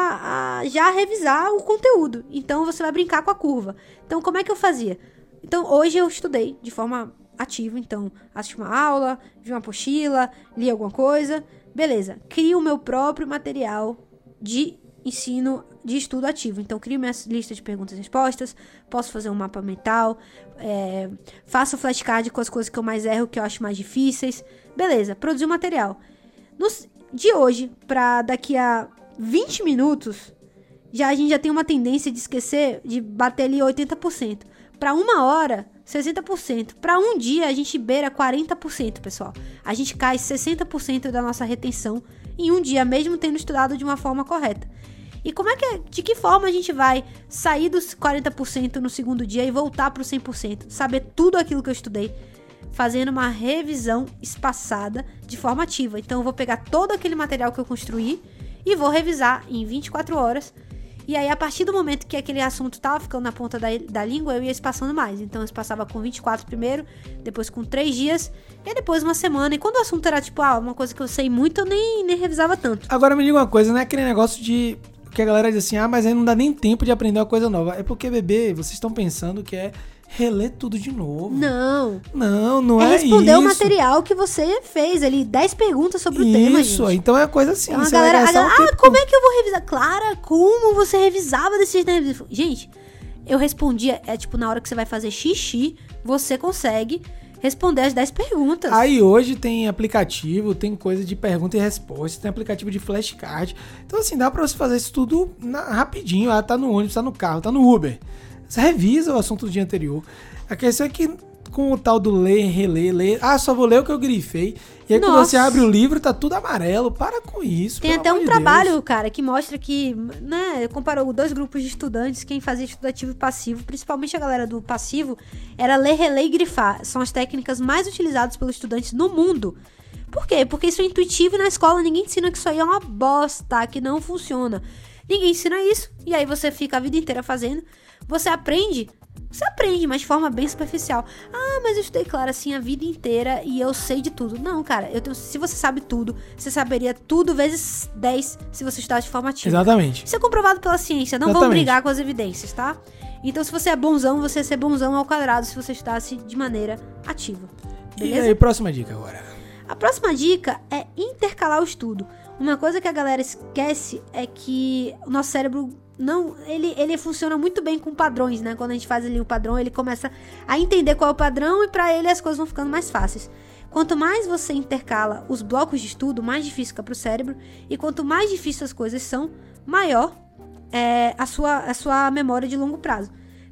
a, a já revisar o conteúdo. Então, você vai brincar com a curva. Então, como é que eu fazia? Então, hoje eu estudei de forma ativa. Então, assisti uma aula, vi uma apostila, li alguma coisa. Beleza. Crio o meu próprio material de ensino de estudo ativo. Então, crio minha lista de perguntas e respostas. Posso fazer um mapa mental. É, faço flashcard com as coisas que eu mais erro, que eu acho mais difíceis. Beleza. Produzi o material. Nos, de hoje para daqui a vinte minutos, já a gente já tem uma tendência de esquecer, de bater ali oitenta por cento. Para uma hora, sessenta por cento. Para um dia, a gente beira quarenta por cento, pessoal. A gente cai sessenta por cento da nossa retenção em um dia, mesmo tendo estudado de uma forma correta. E como é que, de que forma a gente vai sair dos quarenta por cento no segundo dia e voltar para o cem por cento? Saber tudo aquilo que eu estudei, fazendo uma revisão espaçada de forma ativa. Então, eu vou pegar todo aquele material que eu construí e vou revisar em vinte e quatro horas. E aí, a partir do momento que aquele assunto tava ficando na ponta da, da língua, eu ia espaçando mais. Então, eu espaçava com vinte e quatro primeiro, depois com três dias, e depois uma semana. E quando o assunto era, tipo, ah, uma coisa que eu sei muito, eu nem, nem revisava tanto. Agora, me diga uma coisa, não é aquele negócio de... que a galera diz assim, ah, mas aí não dá nem tempo de aprender uma coisa nova. É porque, bebê, vocês estão pensando que é reler tudo de novo. Não. Não, não é é isso. É responder o material que você fez ali, dez perguntas sobre o isso, tema, gente. Isso, então é coisa assim. Então, a você galera, vai a galera um ah, como é que eu vou revisar? Clara, como você revisava desse jeito? Gente, eu respondia, é tipo, na hora que você vai fazer xixi, você consegue responder as dez perguntas. Aí hoje tem aplicativo, tem coisa de pergunta e resposta, tem aplicativo de flashcard. Então assim, dá pra você fazer isso tudo na, rapidinho. Ah, tá no ônibus, tá no carro, tá no Uber. Você revisa o assunto do dia anterior. A questão é que com o tal do ler, reler, ler... Ah, só vou ler o que eu grifei. E aí Nossa. Quando você abre o livro, tá tudo amarelo. Para com isso, tem até um de trabalho, Deus. Cara, que mostra que, né, comparou dois grupos de estudantes, quem fazia estudo ativo e passivo, principalmente a galera do passivo, era ler, reler e grifar. São as técnicas mais utilizadas pelos estudantes no mundo. Por quê? Porque isso é intuitivo e na escola ninguém ensina que isso aí é uma bosta, que não funciona. Ninguém ensina isso, e aí você fica a vida inteira fazendo. Você aprende... Você aprende, mas de forma bem superficial. Ah, mas eu estudei, claro, assim, a vida inteira e eu sei de tudo. Não, cara, eu tenho, se você sabe tudo, você saberia tudo vezes dez se você estudasse de forma ativa. Exatamente. Isso é comprovado pela ciência, não Exatamente. Vamos brigar com as evidências, tá? Então, se você é bonzão, você ia ser bonzão ao quadrado se você estudasse de maneira ativa. Beleza? E aí, próxima dica agora. A próxima dica é intercalar o estudo. Uma coisa que a galera esquece é que o nosso cérebro... Não, ele, ele funciona muito bem com padrões, né? Quando a gente faz ali o padrão, ele começa a entender qual é o padrão e pra ele as coisas vão ficando mais fáceis. Quanto mais você intercala os blocos de estudo, mais difícil fica pro cérebro. E quanto mais difíceis as coisas são, maior é a sua, a sua memória de longo prazo.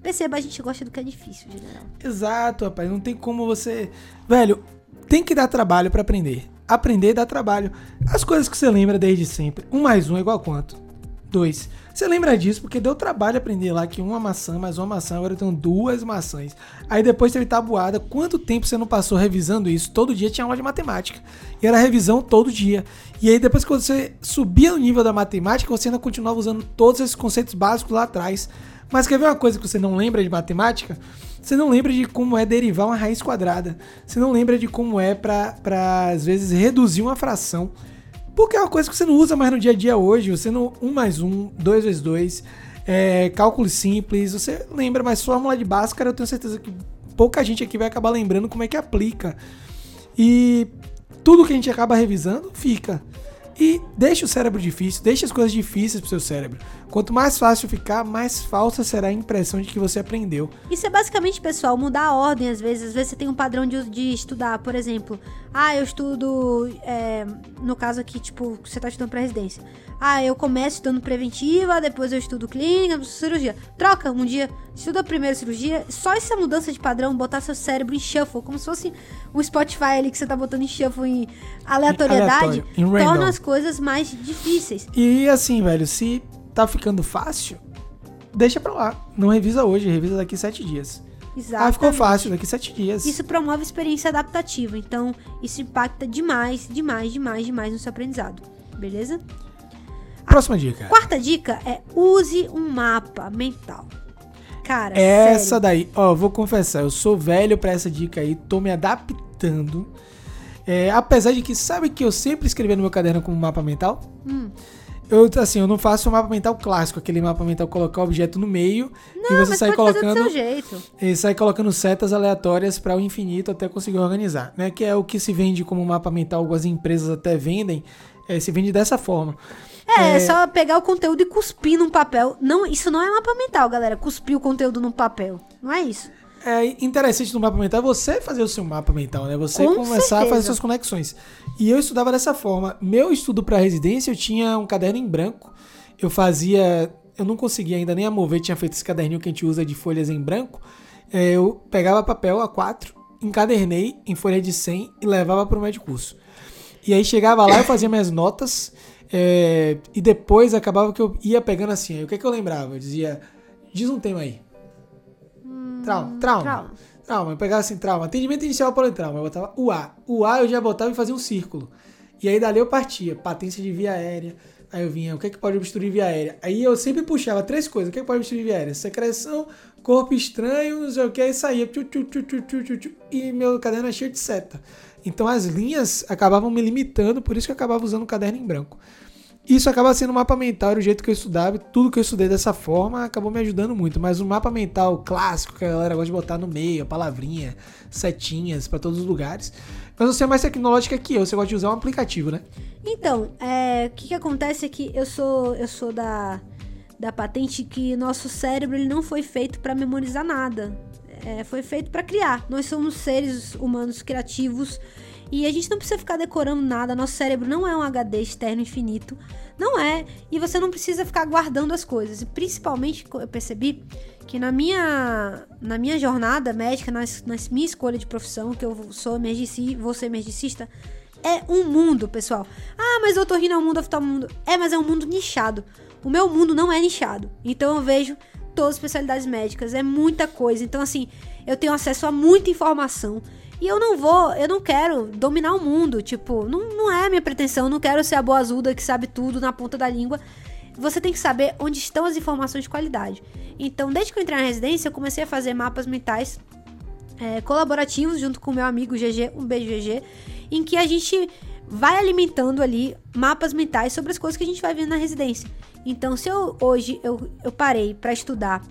Perceba, a gente gosta do que é difícil, general. Exato, rapaz. Não tem como você... Velho, tem que dar trabalho pra aprender. Aprender dá trabalho. As coisas que você lembra desde sempre. Um mais um é igual a quanto? Dois. Você lembra disso porque deu trabalho aprender lá que uma maçã mais uma maçã, agora eu tenho duas maçãs. Aí depois teve tabuada. Quanto tempo você não passou revisando isso? Todo dia tinha aula de matemática. E era revisão todo dia. E aí depois que você subia no nível da matemática, você ainda continuava usando todos esses conceitos básicos lá atrás. Mas quer ver uma coisa que você não lembra de matemática? Você não lembra de como é derivar uma raiz quadrada. Você não lembra de como é pra, pra às vezes, reduzir uma fração. Porque é uma coisa que você não usa mais no dia a dia hoje. Você não... um mais um, dois vezes dois, é, cálculo simples. Você lembra, mas fórmula de Bhaskara eu tenho certeza que pouca gente aqui vai acabar lembrando como é que aplica. E tudo que a gente acaba revisando fica. E deixa o cérebro difícil, deixa as coisas difíceis pro seu cérebro. Quanto mais fácil ficar, mais falsa será a impressão de que você aprendeu. Isso é basicamente, pessoal, mudar a ordem às vezes. Às vezes você tem um padrão de, de estudar, por exemplo. Ah, eu estudo, é, no caso aqui, tipo, você tá estudando pra residência. Ah, eu começo estudando preventiva, depois eu estudo clínica, depois cirurgia. Troca um dia, estuda primeiro cirurgia. Só essa mudança de padrão, botar seu cérebro em shuffle, como se fosse um Spotify ali que você tá botando em shuffle, em aleatoriedade, em torna as coisas mais difíceis. E assim, velho, se tá ficando fácil, deixa pra lá. Não revisa hoje, revisa daqui sete dias. Exatamente. Ah, ficou fácil, daqui sete dias. Isso promove experiência adaptativa, então isso impacta demais, demais, demais, demais no seu aprendizado, beleza? Próxima dica. Quarta dica é use um mapa mental. Cara, essa sério. daí, ó, vou confessar, eu sou velho pra essa dica aí, tô me adaptando. É, apesar de que, sabe que eu sempre escrevi no meu caderno como mapa mental? Hum. Eu, assim, eu não faço um mapa mental clássico, aquele mapa mental colocar o objeto no meio Não, e você mas sai pode fazer colocando do seu jeito. e sai colocando setas aleatórias para o infinito até conseguir organizar, né? Que é o que se vende como mapa mental, algumas empresas até vendem, é, se vende dessa forma. É, É, é só pegar o conteúdo e cuspir num papel. Não, isso não é mapa mental, galera. Cuspir o conteúdo num papel. Não é isso. É interessante no mapa mental é você fazer o seu mapa mental, né? Você Com começar certeza. a fazer suas conexões. E eu estudava dessa forma. Meu estudo para residência, eu tinha um caderno em branco. Eu fazia... Eu não conseguia ainda nem a mover, tinha feito esse caderninho que a gente usa de folhas em branco. É, eu pegava papel A quatro, encadernei em folha de cem e levava para o médio curso. E aí chegava lá, eu fazia minhas notas, é, e depois acabava que eu ia pegando assim. Aí, o que é que eu lembrava? Eu dizia, diz um tema aí. Trauma, trauma. trauma. Trauma, eu pegava assim, trauma. Atendimento inicial para o trauma, eu botava o A. O A eu já botava e fazia um círculo. E aí dali eu partia, patência de via aérea. Aí eu vinha, o que é que pode obstruir via aérea? Aí eu sempre puxava três coisas. O que é que pode obstruir via aérea? Secreção, corpo estranho, não sei o que, aí saía. Tchu, tchu, tchu, tchu, tchu, tchu, tchu, e meu caderno é cheio de seta. Então as linhas acabavam me limitando, por isso que eu acabava usando o caderno em branco. Isso acaba sendo um mapa mental, era o jeito que eu estudava, e tudo que eu estudei dessa forma acabou me ajudando muito. Mas o mapa mental clássico, que a galera gosta de botar no meio, a palavrinha, setinhas pra todos os lugares. Mas você é mais tecnológica que eu, você gosta de usar um aplicativo, né? Então, é, o que, que acontece é que eu sou, eu sou da, da patente que nosso cérebro ele não foi feito para memorizar nada. É, foi feito para criar. Nós somos seres humanos criativos e a gente não precisa ficar decorando nada. Nosso cérebro não é um H D externo infinito. Não é. E você não precisa ficar guardando as coisas. E principalmente, eu percebi que na minha, na minha jornada médica, na, na minha escolha de profissão, que eu sou emergicista, vou ser emergicista, é um mundo, pessoal. Ah, mas eu tô rindo, é um mundo oftalmo. É, mas é um mundo nichado. O meu mundo não é nichado. Então eu vejo todas as especialidades médicas. É muita coisa. Então, assim, eu tenho acesso a muita informação. E eu não vou, eu não quero dominar o mundo. Tipo, não, não é a minha pretensão. Eu não quero ser a boazuda que sabe tudo na ponta da língua. Você tem que saber onde estão as informações de qualidade. Então, desde que eu entrei na residência, eu comecei a fazer mapas mentais é, colaborativos junto com o meu amigo G G, um beijo G G, em que a gente vai alimentando ali mapas mentais sobre as coisas que a gente vai vendo na residência. Então, se eu hoje eu, eu parei para estudar,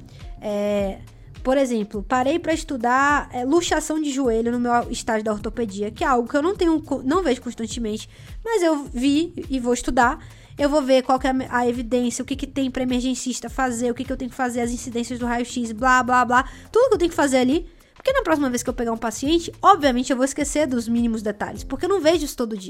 é, por exemplo, parei para estudar é, luxação de joelho no meu estágio da ortopedia, que é algo que eu não tenho, não vejo constantemente, mas eu vi e vou estudar. Eu vou ver qual que é a evidência, o que, que tem para emergencista fazer, o que, que eu tenho que fazer, as incidências do raio-x, blá, blá, blá. Tudo que eu tenho que fazer ali. Porque na próxima vez que eu pegar um paciente, obviamente eu vou esquecer dos mínimos detalhes. Porque eu não vejo isso todo dia.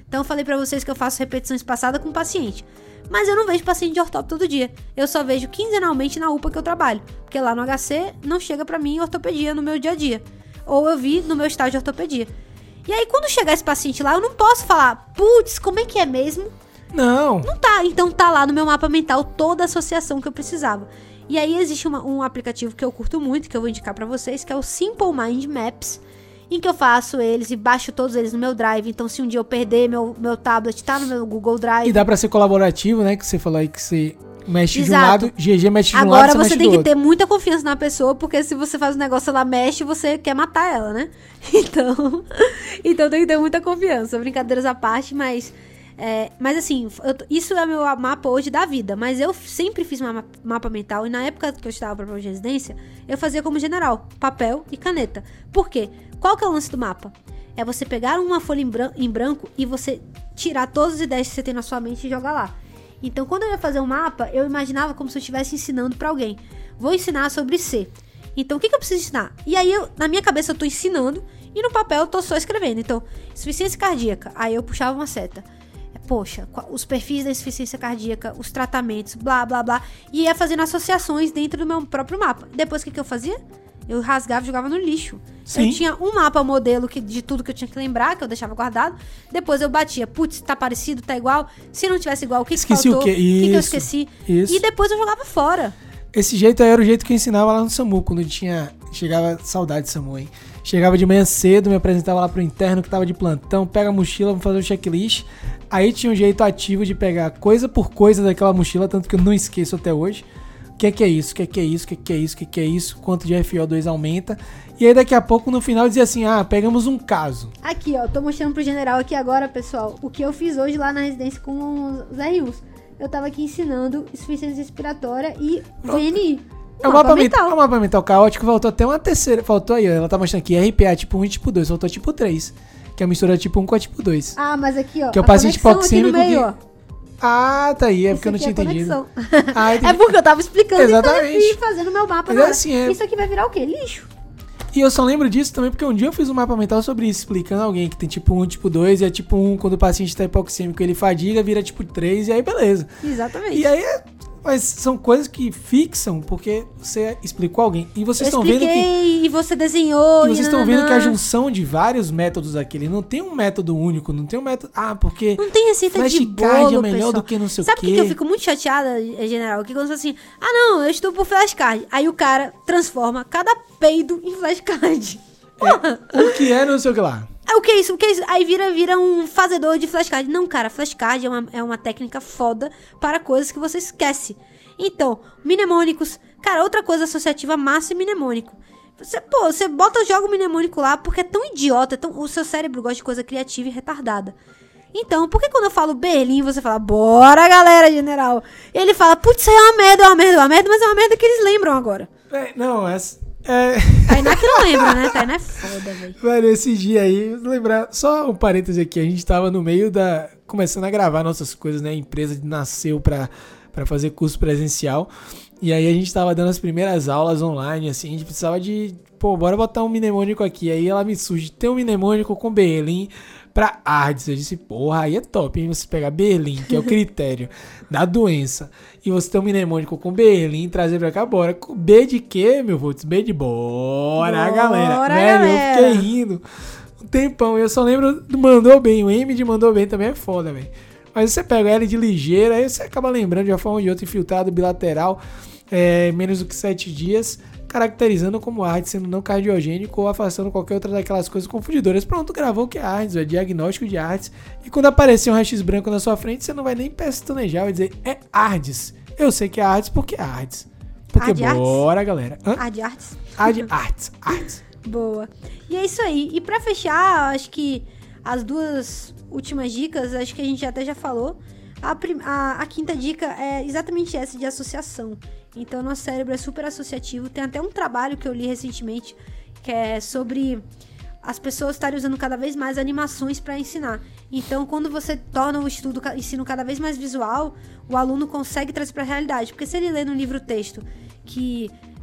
Então eu falei pra vocês que eu faço repetição espaçada com paciente. Mas eu não vejo paciente de ortope todo dia. Eu só vejo quinzenalmente na U P A que eu trabalho. Porque lá no H C não chega pra mim ortopedia no meu dia a dia. Ou eu vi no meu estágio de ortopedia. E aí quando chegar esse paciente lá, eu não posso falar, putz, como é que é mesmo? Não. Não tá. Então tá lá no meu mapa mental toda a associação que eu precisava. E aí existe uma, um aplicativo que eu curto muito, que eu vou indicar pra vocês, que é o Simple Mind Maps, em que eu faço eles e baixo todos eles no meu Drive. Então se um dia eu perder, meu, meu tablet tá no meu Google Drive. E dá pra ser colaborativo, né? Que você falou aí que você mexe Exato. de um lado, G G mexe de um Agora lado, você você mexe tem do que outro. ter muita confiança na pessoa, porque se você faz um negócio ela mexe, você quer matar ela, né? Então, então tem que ter muita confiança. Brincadeiras à parte, mas... É, mas assim, eu, isso é meu mapa hoje da vida. Mas eu sempre fiz mapa, mapa mental. E na época que eu estava para prova de residência, eu fazia como general, papel e caneta. Por quê? Qual que é o lance do mapa? É você pegar uma folha em, bran- em branco e você tirar todas as ideias que você tem na sua mente e jogar lá. Então quando eu ia fazer um mapa, eu imaginava como se eu estivesse ensinando para alguém. Vou ensinar sobre C. Então o que, que eu preciso ensinar? E aí eu, na minha cabeça eu tô ensinando e no papel eu tô só escrevendo. Então, insuficiência cardíaca. Aí eu puxava uma seta. Poxa, os perfis da insuficiência cardíaca, os tratamentos, blá, blá, blá. E ia fazendo associações dentro do meu próprio mapa. Depois, o que, que eu fazia? Eu rasgava e jogava no lixo. Sim. Eu tinha um mapa modelo que, de tudo que eu tinha que lembrar, que eu deixava guardado. Depois eu batia, putz, tá parecido, tá igual. Se não tivesse igual, o que, que Esqueci faltou? o quê? O que, que eu Isso, esqueci? isso. E depois eu jogava fora. Esse jeito aí era o jeito que eu ensinava lá no SAMU, quando tinha... Chegava... Saudade de SAMU, hein? Chegava de manhã cedo, me apresentava lá pro interno que tava de plantão, pega a mochila, vamos fazer o checklist. Aí tinha um jeito ativo de pegar coisa por coisa daquela mochila, tanto que eu não esqueço até hoje. O que é que é isso? O que é que é isso? O que é que é isso? O que é que é isso? Quanto de F O dois aumenta? E aí daqui a pouco, no final, dizia assim, ah, pegamos um caso. Aqui, ó, tô mostrando pro general aqui agora, pessoal, o que eu fiz hoje lá na residência com os R Us. Eu tava aqui ensinando insuficiência respiratória e V N I. É um mapa mental. É um mapa mental caótico, faltou até uma terceira. Faltou aí, ó, ela tá mostrando aqui, R P A tipo um e tipo dois, faltou tipo três. Que é a mistura tipo um com a tipo dois. Ah, mas aqui, ó, que é o a paciente conexão aqui no hipoxêmico meio, que... ó. Ah, tá aí, é Isso porque eu não aqui tinha é entendido. conexão. Ah, É porque eu tava explicando Exatamente. e fazendo meu mapa Mas na é hora. assim, é. Isso aqui vai virar o quê? Lixo. E eu só lembro disso também porque um dia eu fiz um mapa mental sobre isso, explicando alguém que tem tipo um, tipo dois, e é tipo um, quando o paciente tá hipoxêmico, ele fadiga, vira tipo três, e aí beleza. Exatamente. E aí, é- mas são coisas que fixam porque você explicou a alguém. E vocês estão vendo que... e você desenhou. E vocês estão vendo que a nananã. junção de vários métodos aqui, ele não tem um método único, não tem um método... Ah, porque Não tem receita de flashcard bolo, é melhor pessoal. do que não sei Sabe o por quê. que que eu fico muito chateada, eh, general? Que quando você assim, ah não, eu estou por flashcard. Aí o cara transforma cada peido em flashcard. Porra. O que é não sei o que lá. É, o que é isso? O que é isso? Aí vira, vira um fazedor de flashcard. Não, cara, flashcard é uma, é uma técnica foda para coisas que você esquece. Então, mnemônicos. Cara, outra coisa associativa massa é mnemônico. Você, pô, você bota, joga o mnemônico lá porque é tão idiota, é tão, o seu cérebro gosta de coisa criativa e retardada. Então, por que quando eu falo Berlim, você fala, bora galera, general? E ele fala, putz, isso aí é uma merda, é uma merda, é uma merda, mas é uma merda que eles lembram agora. É, não, essa... É... Tainá que não lembra, né? Tainá é foda, velho. Velho, esse dia aí, lembrar, só um parêntese aqui, a gente tava no meio da, começando a gravar nossas coisas, né, a empresa nasceu pra, pra fazer curso presencial, e aí a gente tava dando as primeiras aulas online, assim, a gente precisava de, pô, bora botar um mnemônico aqui, aí ela me surge, tem um mnemônico com Berlim pra A R D S, eu disse, porra, aí é top, hein, você pegar Berlim, que é o critério da doença, e você tem um mnemônico com Berlim, trazer pra cá, bora, com B de quê, meu putz, B de bora, Bora, galera, velho, galera. eu fiquei rindo um tempão, eu só lembro do mandou bem, o M de mandou bem também é foda, velho. Mas você pega L de ligeira, aí você acaba lembrando de uma forma ou de outra, infiltrado bilateral, é, menos do que sete dias, caracterizando como A R D S sendo não cardiogênico ou afastando qualquer outra daquelas coisas confundidoras. Pronto, gravou o que é A R D S, é diagnóstico de A R D S. E quando aparecer um raio-x branco na sua frente, você não vai nem pestanejar, vai dizer, é A R D S. Eu sei que é A R D S porque é A R D S. Porque A de A R D S? bora, galera. Hã? Ah, de artes? A de A R D S, A R D S. Boa. E é isso aí. E pra fechar, acho que as duas últimas dicas, acho que a gente até já falou. A, prim- a, a quinta dica é exatamente essa de associação. Então, nosso cérebro é super associativo. Tem até um trabalho que eu li recentemente que é sobre as pessoas estarem usando cada vez mais animações para ensinar. Então, quando você torna o estudo, o ensino cada vez mais visual, o aluno consegue trazer para a realidade. Porque se ele lê no livro texto que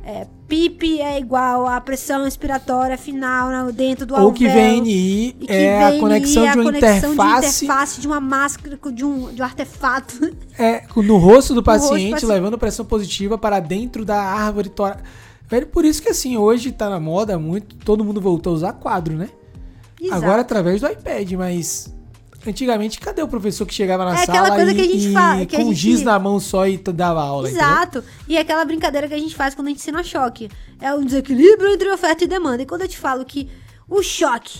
é, P I P é igual a pressão expiratória final na- dentro do Ou alvéolo. que V N I E que é a V N I conexão é a de uma conexão interface, de interface de uma máscara, de um, de um artefato. é, no rosto do rosto do paciente, paciente. levando pressão positiva para dentro da árvore torácica. Velho, por isso que assim, hoje tá na moda muito, todo mundo voltou a usar quadro, né? Exato. Agora através do iPad, mas antigamente cadê o professor que chegava na É aquela sala coisa e, que a gente e fala- que a com o gente- giz na mão só e t- dava aula, entendeu? Exato. E é aquela brincadeira que a gente faz quando a gente ensina choque. É um desequilíbrio entre oferta e demanda. E quando eu te falo que o choque,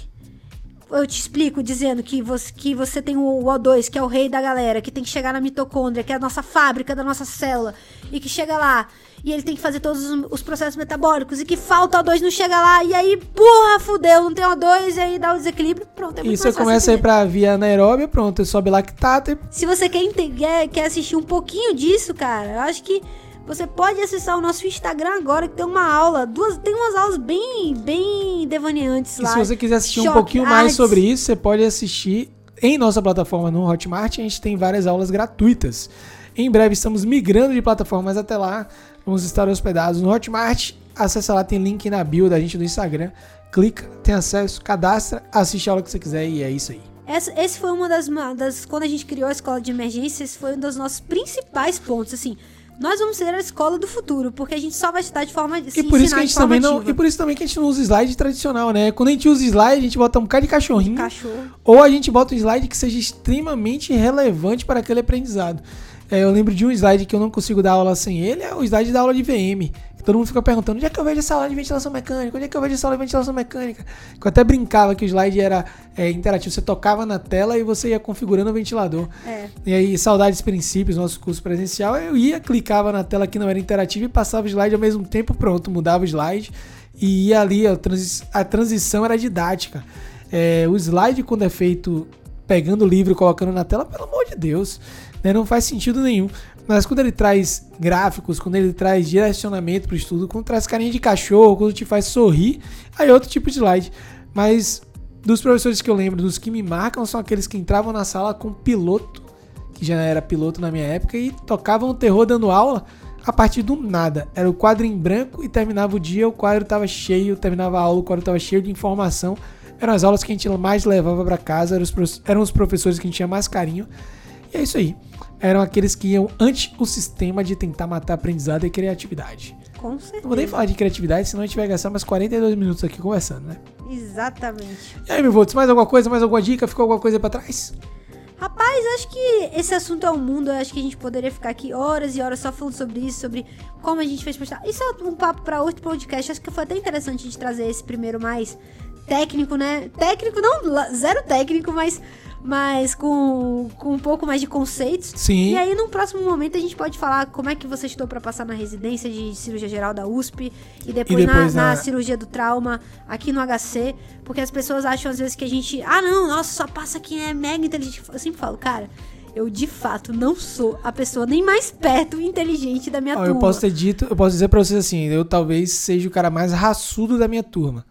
eu te explico dizendo que você, que você tem o O dois, que é o rei da galera, que tem que chegar na mitocôndria, que é a nossa fábrica da nossa célula, e que chega lá, e ele tem que fazer todos os, os processos metabólicos, e que falta O dois, não chega lá, e aí, porra, fudeu, não tem O dois, e aí dá o desequilíbrio, pronto, é muito E você mais fácil começa a ir entender. pra via anaeróbia, pronto, sobe lactato e Se você quer, ente- quer, quer assistir um pouquinho disso, cara, eu acho que você pode acessar o nosso Instagram agora, que tem uma aula, duas, tem umas aulas bem, bem devaneantes E lá. se você quiser assistir um Choque, pouquinho mais artes. sobre isso, você pode assistir em nossa plataforma no Hotmart. A gente tem várias aulas gratuitas. Em breve estamos migrando de plataforma, mas até lá vamos estar hospedados no Hotmart. Acesse lá, tem link na bio da gente no Instagram. Clica, tem acesso, cadastra, assiste a aula que você quiser e é isso aí. Essa, esse foi uma das, ma- das... Quando a gente criou a escola de emergência, esse foi um dos nossos principais pontos, assim. Nós vamos ser a escola do futuro, porque a gente só vai estudar de forma E por isso que a gente também não, e por isso também que a gente não usa slide tradicional, né? Quando a gente usa slide, a gente bota um bocado de cachorrinho, Cachorro. ou a gente bota um slide que seja extremamente relevante para aquele aprendizado. É, eu lembro de um slide que eu não consigo dar aula sem ele, é o slide da aula de V M. Todo mundo fica perguntando, onde é que eu vejo essa aula de ventilação mecânica? Onde é que eu vejo essa aula de ventilação mecânica? Eu até brincava que o slide era é, interativo. Você tocava na tela e você ia configurando o ventilador. É. E aí, saudades princípios, nosso curso presencial, eu ia, clicava na tela que não era interativa e passava o slide ao mesmo tempo, pronto, mudava o slide. E ia ali, a, transi- a transição era didática. É, o slide, quando é feito pegando o livro e colocando na tela, pelo amor de Deus, né, não faz sentido nenhum. Mas quando ele traz gráficos, quando ele traz direcionamento para o estudo, quando traz carinha de cachorro, quando te faz sorrir, aí é outro tipo de slide. Mas dos professores que eu lembro, dos que me marcam, são aqueles que entravam na sala com piloto, que já era piloto na minha época, e tocavam o terror dando aula a partir do nada. Era o quadro em branco e terminava o dia, o quadro estava cheio, terminava a aula, o quadro estava cheio de informação. Eram as aulas que a gente mais levava para casa, eram os, prof- eram os professores que a gente tinha mais carinho. E é isso aí. Eram aqueles que iam ante o sistema de tentar matar aprendizado e criatividade. Com certeza. Não vou nem falar de criatividade, senão a gente vai gastar mais quarenta e dois minutos aqui conversando, né? Exatamente. E aí, meu votos, mais alguma coisa, mais alguma dica? Ficou alguma coisa aí pra trás? Rapaz, acho que esse assunto é um mundo. Eu acho que a gente poderia ficar aqui horas e horas só falando sobre isso, sobre como a gente fez prestar. Isso é um papo pra outro podcast. Acho que foi até interessante a gente trazer esse primeiro mais técnico, né? Técnico, não la- zero técnico, mas, mas com, com um pouco mais de conceitos. Sim. E aí, num próximo momento, a gente pode falar como é que você estudou pra passar na residência de cirurgia geral da U S P e depois, E depois na, na na- cirurgia do trauma aqui no H C, porque as pessoas acham às vezes que a gente, ah não, nossa, só passa quem é mega inteligente. Eu sempre falo, cara, eu de fato não sou a pessoa nem mais perto inteligente da minha Ó, turma. eu posso ter dito, eu posso dizer pra vocês assim, eu talvez seja o cara mais raçudo da minha turma.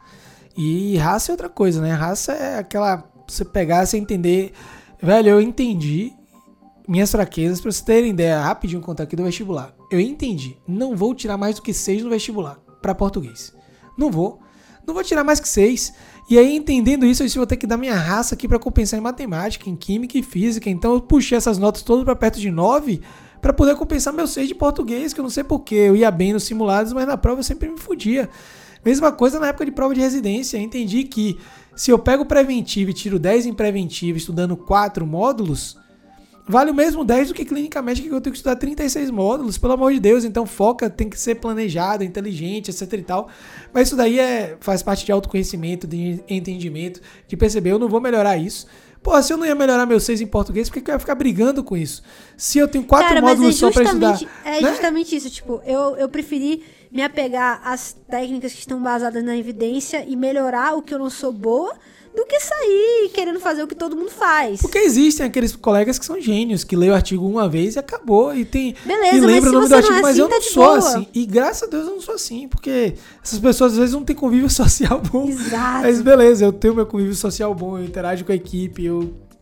E raça é outra coisa, né? Raça é aquela, você pegar, você entender. Velho, eu entendi minhas fraquezas, pra vocês terem ideia, rapidinho contar aqui do vestibular. Eu entendi, não vou tirar mais do que seis no vestibular, pra português. Não vou. Não vou tirar mais que seis. E aí, entendendo isso, eu disse, vou ter que dar minha raça aqui pra compensar em matemática, em química e física. Então eu puxei essas notas todas pra perto de nove pra poder compensar meu seis de português, que eu não sei porquê. Eu ia bem nos simulados, mas na prova eu sempre me fudia. Mesma coisa na época de prova de residência. Eu entendi que se eu pego preventivo e tiro dez em preventivo estudando quatro módulos, vale o mesmo dez do que clínica médica, que eu tenho que estudar trinta e seis módulos, pelo amor de Deus. Então foca, tem que ser planejado, inteligente, etc e tal. Mas isso daí é, faz parte de autoconhecimento, de entendimento, de perceber, eu não vou melhorar isso. Pô, se eu não ia melhorar meu seis em português, por que que eu ia ficar brigando com isso? Se eu tenho quatro Cara, mas módulos é só pra estudar... justamente, é né? justamente isso, tipo, eu, eu preferi me apegar às técnicas que estão basadas na evidência e melhorar o que eu não sou boa, do que sair querendo fazer o que todo mundo faz. Porque existem aqueles colegas que são gênios, que lê o artigo uma vez e acabou. E tem. Beleza, e mas lembra se o nome você do não artigo, é mas assim, eu tá não de sou boa. assim. E graças a Deus eu não sou assim, porque essas pessoas às vezes não têm convívio social bom. Exato. Mas beleza, eu tenho meu convívio social bom, eu interajo com a equipe, eu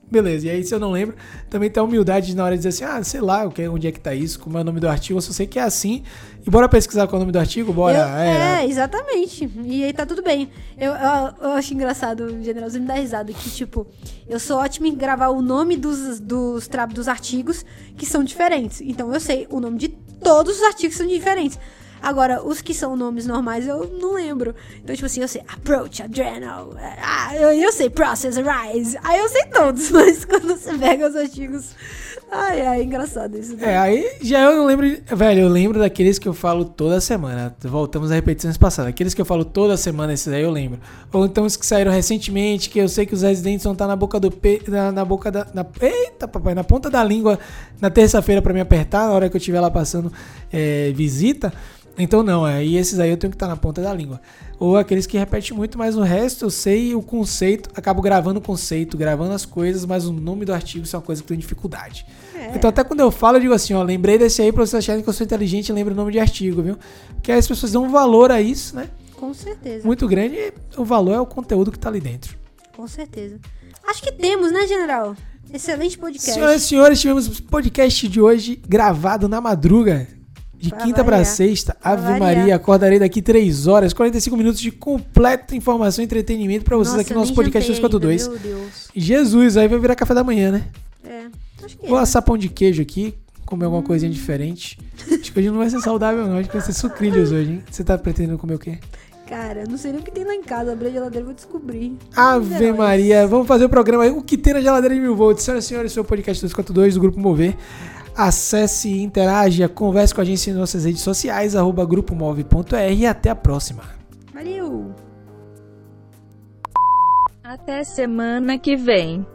Beleza, e aí se eu não lembro, também tem a humildade na hora de dizer assim, ah, sei lá, onde é que tá isso, como é o nome do artigo, eu só sei que é assim, e bora pesquisar qual é o nome do artigo, bora. Eu, é, é, exatamente, e aí tá tudo bem. Eu, eu, eu acho engraçado, o generalzinho me dá risada, que tipo, eu sou ótima em gravar o nome dos, dos, tra- dos artigos que são diferentes, então eu sei o nome de todos os artigos que são diferentes. Agora, os que são nomes normais, eu não lembro. Então, tipo assim, eu sei Approach, Adrenal, ah, eu, eu sei Process, Arise. Aí eu sei todos, mas quando você pega os artigos... Ai, ai, é engraçado isso. Né? É, aí já eu não lembro... Velho, eu lembro daqueles que eu falo toda semana. Voltamos a repetições passadas. Aqueles que eu falo toda semana, esses aí eu lembro. Ou então os que saíram recentemente, que eu sei que os residentes vão estar na boca do... Pe... Na, na boca da... Na... Eita, papai, na ponta da língua na terça-feira pra me apertar, na hora que eu estiver lá passando é, visita... Então não, aí esses aí eu tenho que estar na ponta da língua. Ou aqueles que repetem muito, mas o resto eu sei o conceito, acabo gravando o conceito, gravando as coisas, mas o nome do artigo isso é uma coisa que eu tenho dificuldade. É. Então até quando eu falo, eu digo assim, ó, lembrei desse aí pra vocês acharem que eu sou inteligente e lembro o nome de artigo, viu? Porque aí as pessoas dão um valor a isso, né? Com certeza. Muito grande e o valor é o conteúdo que tá ali dentro. Com certeza. Acho que temos, né, general? Excelente podcast. Senhoras e senhores, tivemos o podcast de hoje gravado na madruga. De pra quinta para sexta, pra Ave variar. Maria, acordarei daqui três horas, quarenta e cinco minutos de completa informação e entretenimento pra vocês. Nossa, aqui no nosso podcast dois quatro dois. Meu Deus. Jesus, aí vai virar café da manhã, né? É, acho que Vou é. assar pão de queijo aqui, comer alguma hum. coisinha diferente. Acho que hoje não vai ser saudável não, acho que vai ser sucrilhos hoje, hein? Você tá pretendendo comer o quê? Cara, não sei nem o que tem lá em casa, abrir a geladeira e vou descobrir. Ave Maria, vamos fazer o programa aí, o que tem na geladeira de mil volts. Senhoras e senhores, esse é o podcast dois quatro dois do Grupo Mover. Acesse, interaja, converse com a gente em nossas redes sociais, arroba grupo move ponto r e até a próxima. Valeu! Até semana que vem.